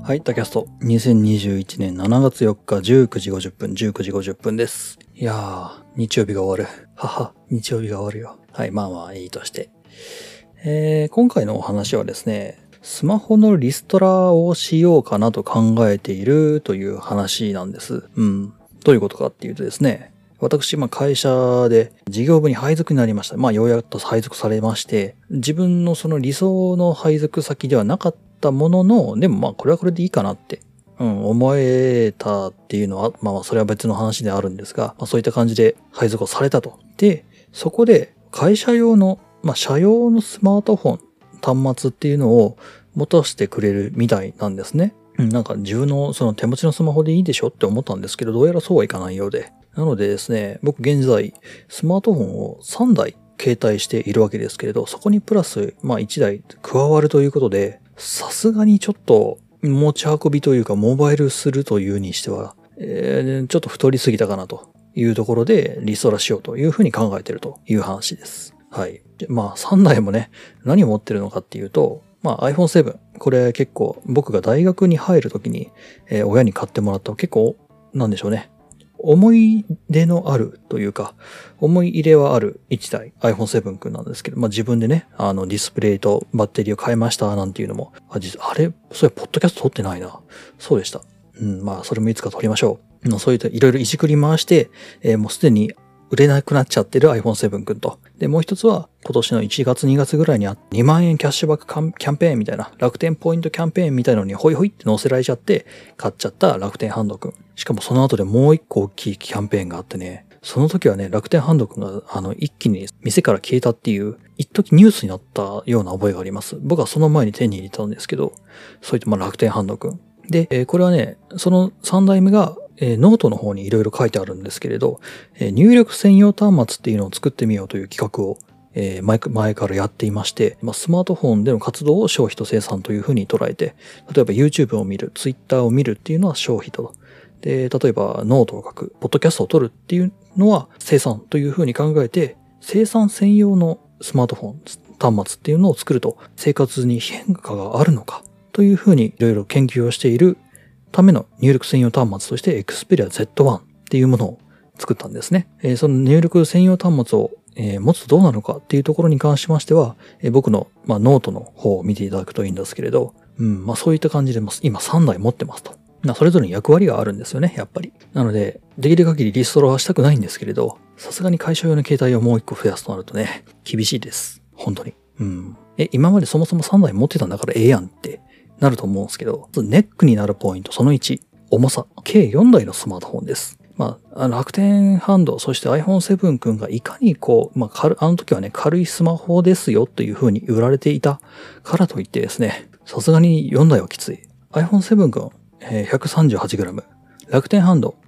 はい、タキャスト。2021年7月4日19時50分、19時50分です。いやー、日曜日が終わる。日曜日が終わるよ。はい、まあいいとして。今回のお話はですね、スマホのリストラをしようかなと考えているという話なんです。どういうことかっていうとですね、私、会社で事業部に配属になりました。ようやっと配属されまして、自分のその理想の配属先ではなかったものの、でもこれはこれでいいかなって、思えたっていうのは、それは別の話であるんですが、そういった感じで配属をされたと。で、そこで会社用の、社用のスマートフォン、端末っていうのを持たせてくれるみたいなんですね。自分のその手持ちのスマホでいいでしょって思ったんですけど、どうやらそうはいかないようで。なのでですね、僕現在スマートフォンを3台携帯しているわけですけれど、そこにプラス1台加わるということで、さすがにちょっと持ち運びというかモバイルするというにしては、ちょっと太りすぎたかなというところでリストラしようというふうに考えているという話です。はい。3台もね、何を持ってるのかっていうと、iPhone 7。これ結構僕が大学に入るときに、親に買ってもらった結構、なんでしょうね。思い出のあるというか、思い入れはある1台 iPhone 7くんなんですけど、自分でね、ディスプレイとバッテリーを変えましたなんていうのも、それポッドキャスト撮ってないな。そうでした。それもいつか撮りましょう。そういったいろいろいじくり回して、もうすでに売れなくなっちゃってる iPhone 7くんと。で、もう一つは今年の1月2月ぐらいに2万円キャッシュバックキャンペーンみたいな、楽天ポイントキャンペーンみたいなのにホイホイって載せられちゃって買っちゃった楽天ハンドくん。しかもその後でもう一個大きいキャンペーンがあってね、その時はね、楽天ハンドくんが一気に店から消えたっていう、一時ニュースになったような覚えがあります。僕はその前に手に入れたんですけど、そういった楽天ハンドくん。で、これはね、その3代目がノートの方にいろいろ書いてあるんですけれど、入力専用端末っていうのを作ってみようという企画を、前からやっていまして、スマートフォンでの活動を消費と生産というふうに捉えて、例えば YouTube を見る、Twitter を見るっていうのは消費と。で、例えばノートを書く、ポッドキャストを撮るっていうのは生産というふうに考えて、生産専用のスマートフォン、端末っていうのを作ると生活に変化があるのかというふうにいろいろ研究をしているための入力専用端末として Xperia Z1 っていうものを作ったんですね。その入力専用端末を持つとどうなのかっていうところに関しましては、僕のノートの方を見ていただくといいんですけれど、そういった感じで今3台持ってますと。それぞれに役割があるんですよね、やっぱり。なので、できる限りリストラはしたくないんですけれど、さすがに会社用の携帯をもう1個増やすとなるとね、厳しいです。本当に。今までそもそも3台持ってたんだからええやんってなると思うんですけど、ネックになるポイントその1、重さ。計4台のスマートフォンです。楽天ハンド、そして iPhone 7くんがいかにあの時はね、軽いスマホですよという風に売られていたからといってですね、さすがに4台はきつい。iPhone 7くん、138g、楽天ハンド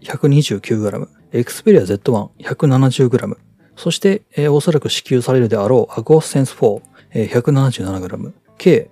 129g、Xperia Z1 170g、そして、おそらく支給されるであろう AquosSense 4、177g、計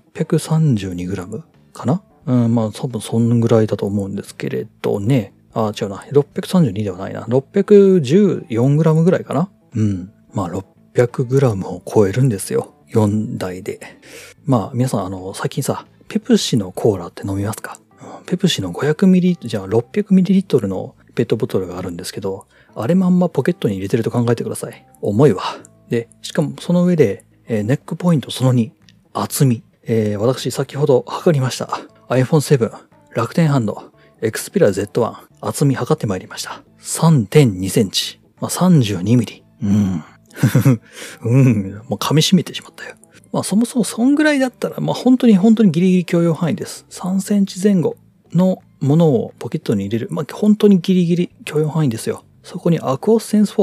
632g かな？多分そんぐらいだと思うんですけれどね。違うな。632ではないな。614g ぐらいかな。600g を超えるんですよ。4台で。皆さん、最近さ、ペプシのコーラって飲みますか？ペプシの 500ml、じゃあ 600ml のペットボトルがあるんですけど、あれまんまポケットに入れてると考えてください。重いわ。で、しかもその上で、ネックポイントその2、厚み。私先ほど測りました。iPhone 7、楽天ハンド、Xperia Z1、厚み測ってまいりました。3.2 センチ。32ミリ。もう噛み締めてしまったよ。そもそもそんぐらいだったら、本当にギリギリ許容範囲です。3センチ前後のものをポケットに入れる。本当にギリギリ許容範囲ですよ。そこにAquosSense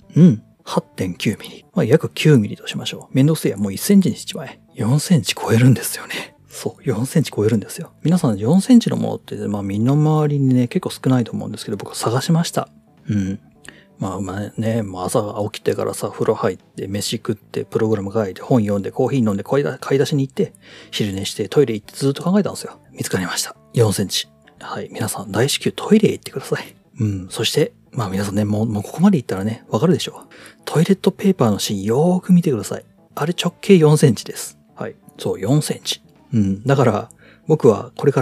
4。8.9 ミリ。約9ミリとしましょう。めんどくせえや。もう1センチにしちまえ。4センチ超えるんですよね。そう、4センチ超えるんですよ。皆さん4センチのものって、身の回りにね、結構少ないと思うんですけど、僕は探しました。朝起きてからさ、風呂入って、飯食って、プログラム書いて、本読んで、コーヒー飲んで、買い出しに行って、昼寝して、トイレ行ってずっと考えたんですよ。見つかりました。4センチ。はい。皆さん、大至急トイレ行ってください。そして、皆さんね、もうここまで行ったらね、わかるでしょう。トイレットペーパーの芯よーく見てください。あれ直径4センチです。はい。そう、4センチ。だから、僕はこれから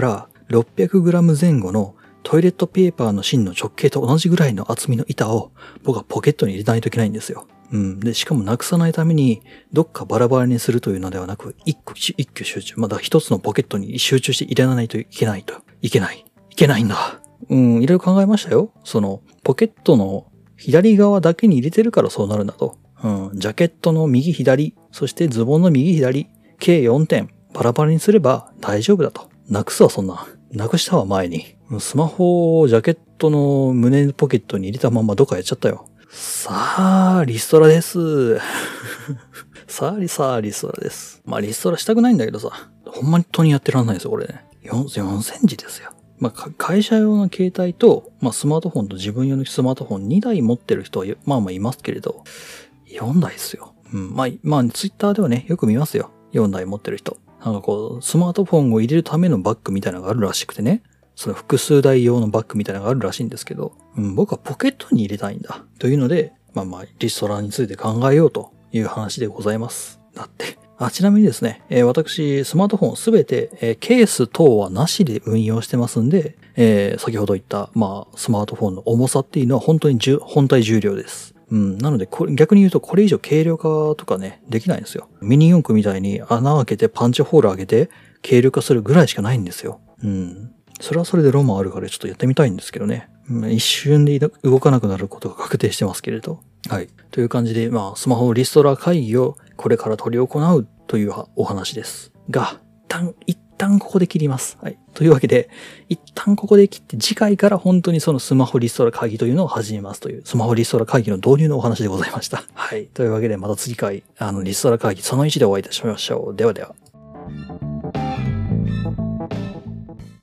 600g 前後のトイレットペーパーの芯の直径と同じぐらいの厚みの板を僕はポケットに入れないといけないんですよ。で、しかもなくさないために、どっかバラバラにするというのではなく、一挙集中。まだ一つのポケットに集中して入れないといけないんだ。いろいろ考えましたよ。ポケットの左側だけに入れてるからそうなるんだと。ジャケットの右左、そしてズボンの右左、計4点、バラバラにすれば大丈夫だと。なくすわ、そんな。なくしたわ、前に。スマホをジャケットの胸ポケットに入れたままどっかやっちゃったよ。さあ、リストラです。さあ、リストラです。まあ、リストラしたくないんだけどさ。ほんまに本当にやってらんないですよ、これね。4センチですよ。まあ、会社用の携帯と、まあ、スマートフォンと自分用のスマートフォン2台持ってる人は、まあいますけれど、4台ですよ。まあ、ツイッターではね、よく見ますよ。4台持ってる人。なんかスマートフォンを入れるためのバッグみたいなのがあるらしくてね。その複数台用のバッグみたいなのがあるらしいんですけど、僕はポケットに入れたいんだ。というので、リストラについて考えようという話でございます。だって。ちなみにですね、私、スマートフォンすべて、ケース等はなしで運用してますんで、先ほど言った、スマートフォンの重さっていうのは本当に本体重量です。なので、逆に言うとこれ以上軽量化とかね、できないんですよ。ミニ四駆みたいに穴開けてパンチホール開けて軽量化するぐらいしかないんですよ。それはそれでロマンあるからちょっとやってみたいんですけどね。一瞬で動かなくなることが確定してますけれど。はい。という感じで、スマホリストラ会議をこれから取り行うというお話です。が、一旦ここで切ります。はい。というわけで、一旦ここで切って次回から本当にそのスマホリストラ会議というのを始めますという、スマホリストラ会議の導入のお話でございました。はい。というわけでまた次回、リストラ会議その1でお会いいたしましょう。ではでは。